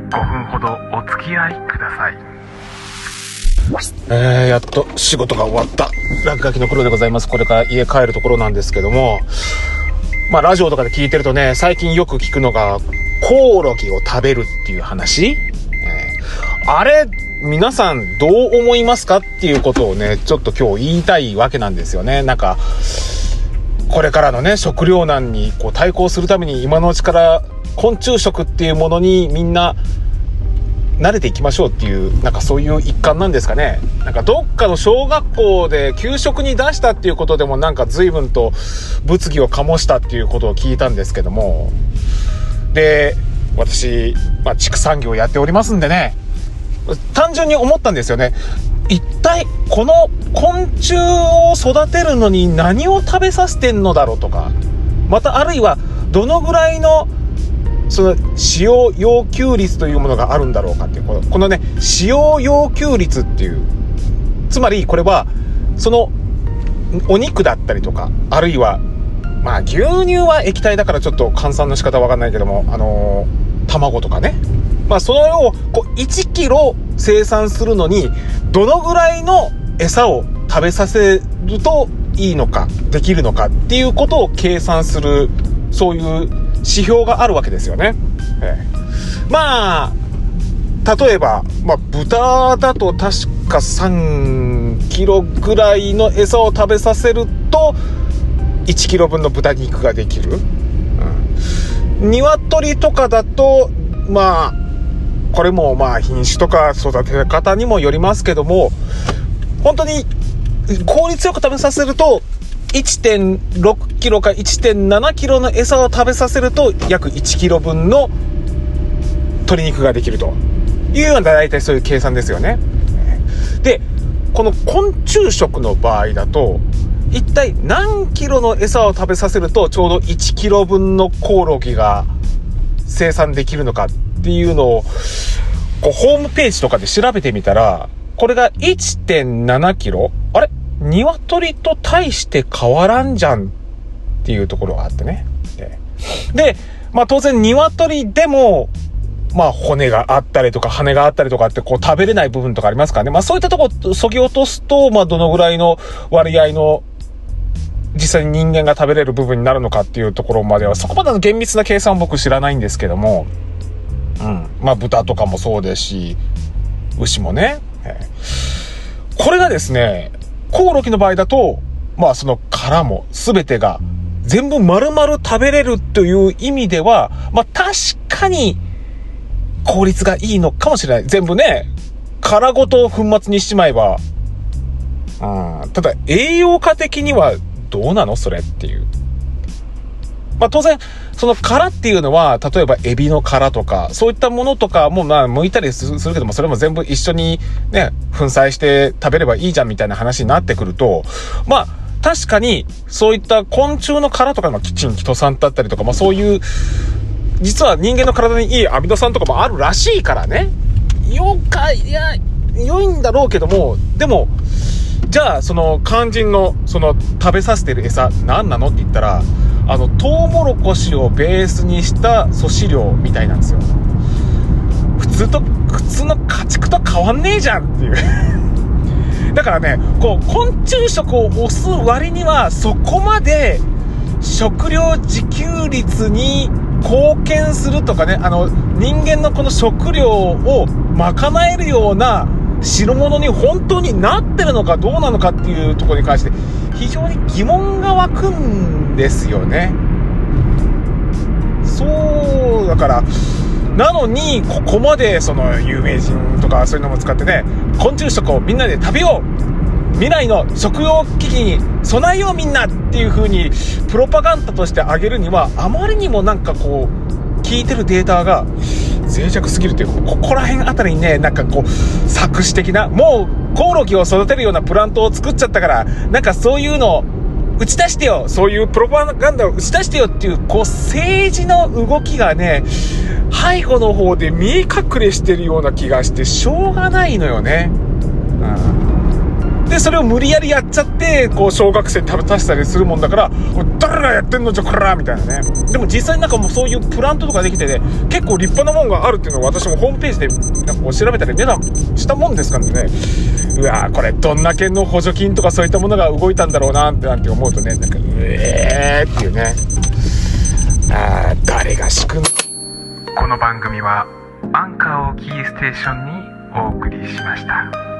5分ほどお付き合いください。 やっと仕事が終わった落書きの黒でございます。これから家帰るところなんですけども、ラジオとかで聞いてるとね、最近よく聞くのがコオロギを食べるっていう話、あれ皆さんどう思いますかっていうことをね、ちょっと今日言いたいわけなんですよね。なんかこれからのね、食糧難に対抗するために今のうちから昆虫食っていうものにみんな慣れていきましょうっていう、なんかそういう一環なんですかね。なんかどっかの小学校で給食に出したっていうことでもなんか随分と物議を醸したっていうことを聞いたんですけども、で私、畜産業やっておりますんでね、単純に思ったんですよね。一体この昆虫を育てるのに何を食べさせてんのだろうとか、またあるいはどのぐらいのその使用要求率というものがあるんだろうかっていう、このね、使用要求率っていう、つまりこれはそのお肉だったりとか、あるいは牛乳は液体だからちょっと換算の仕方わかんないけども、卵とかね、そのを1キロ生産するのにどのぐらいの餌を食べさせるといいのか、できるのかっていうことを計算する、そういう指標があるわけですよね。例えば、豚だと確か3キロぐらいの餌を食べさせると1キロ分の豚肉ができる。鶏とかだとこれも品種とか育て方にもよりますけども、本当に効率よく食べさせると 1.6 キロか 1.7 キロの餌を食べさせると約1キロ分の鶏肉ができるというような、大体そういう計算ですよね。で、この昆虫食の場合だと一体何キロの餌を食べさせるとちょうど1キロ分のコオロギが生産できるのかっていうのをホームページとかで調べてみたら、これが 1.7 キロ、あれ鶏と大して変わらんじゃんっていうところがあってね。で、当然鶏でも骨があったりとか羽があったりとかって食べれない部分とかありますからね。そういったところ削ぎ落とすとどのぐらいの割合の実際に人間が食べれる部分になるのかっていうところまでは、そこまでの厳密な計算は僕知らないんですけども、豚とかもそうですし、牛もね。これがですね、コオロギの場合だとその殻も全てが全部丸々食べれるという意味では確かに効率がいいのかもしれない。全部ね、殻ごと粉末にしちまえば、ただ栄養価的にはどうなのそれっていう。当然その殻っていうのは、例えばエビの殻とかそういったものとかも剥いたりするけども、それも全部一緒にね粉砕して食べればいいじゃんみたいな話になってくると、確かにそういった昆虫の殻とかのキトサンだったりとか、そういう実は人間の体にいいアミノ酸とかもあるらしいからね、良いんだろうけども、でもじゃあその肝心のその食べさせてる餌何なのって言ったら、トウモロコシをベースにした粗飼料みたいなんですよ。普通の家畜と変わんねえじゃんっていうだからね、昆虫食を推す割にはそこまで食料自給率に貢献するとかね、人間のこの食料を賄えるような代物に本当になってるのかどうなのかっていうところに関して非常に疑問が湧くんですよね。そうだから、なのにここまでその有名人とかそういうのも使ってね、昆虫食をみんなで食べよう、未来の食糧危機に備えようみんなっていう風にプロパガンダとして上げるには、あまりにも聞いてるデータが脆弱すぎるという、ここら辺あたりにね、作詞的な、もうコオロギを育てるようなプラントを作っちゃったから、そういうのを打ち出してよ、そういうプロパガンダを打ち出してよっていう、政治の動きがね、背後の方で見え隠れしてるような気がしてしょうがないのよね。 で、それを無理やりやっちゃって、こう、小学生に食べさせたりするもんだから、誰がやってんのじゃこらみたいなね。でも実際なんかもうそういうプラントとかできてね、結構立派なもんがあるっていうのを私もホームページでなんかこう調べたり目談したもんですからね。うわー、これどんだけの補助金とかそういったものが動いたんだろうななんて思うとね、なんか、っていうね。誰が仕組んだ。 この番組はアンカーをキーステーションにお送りしました。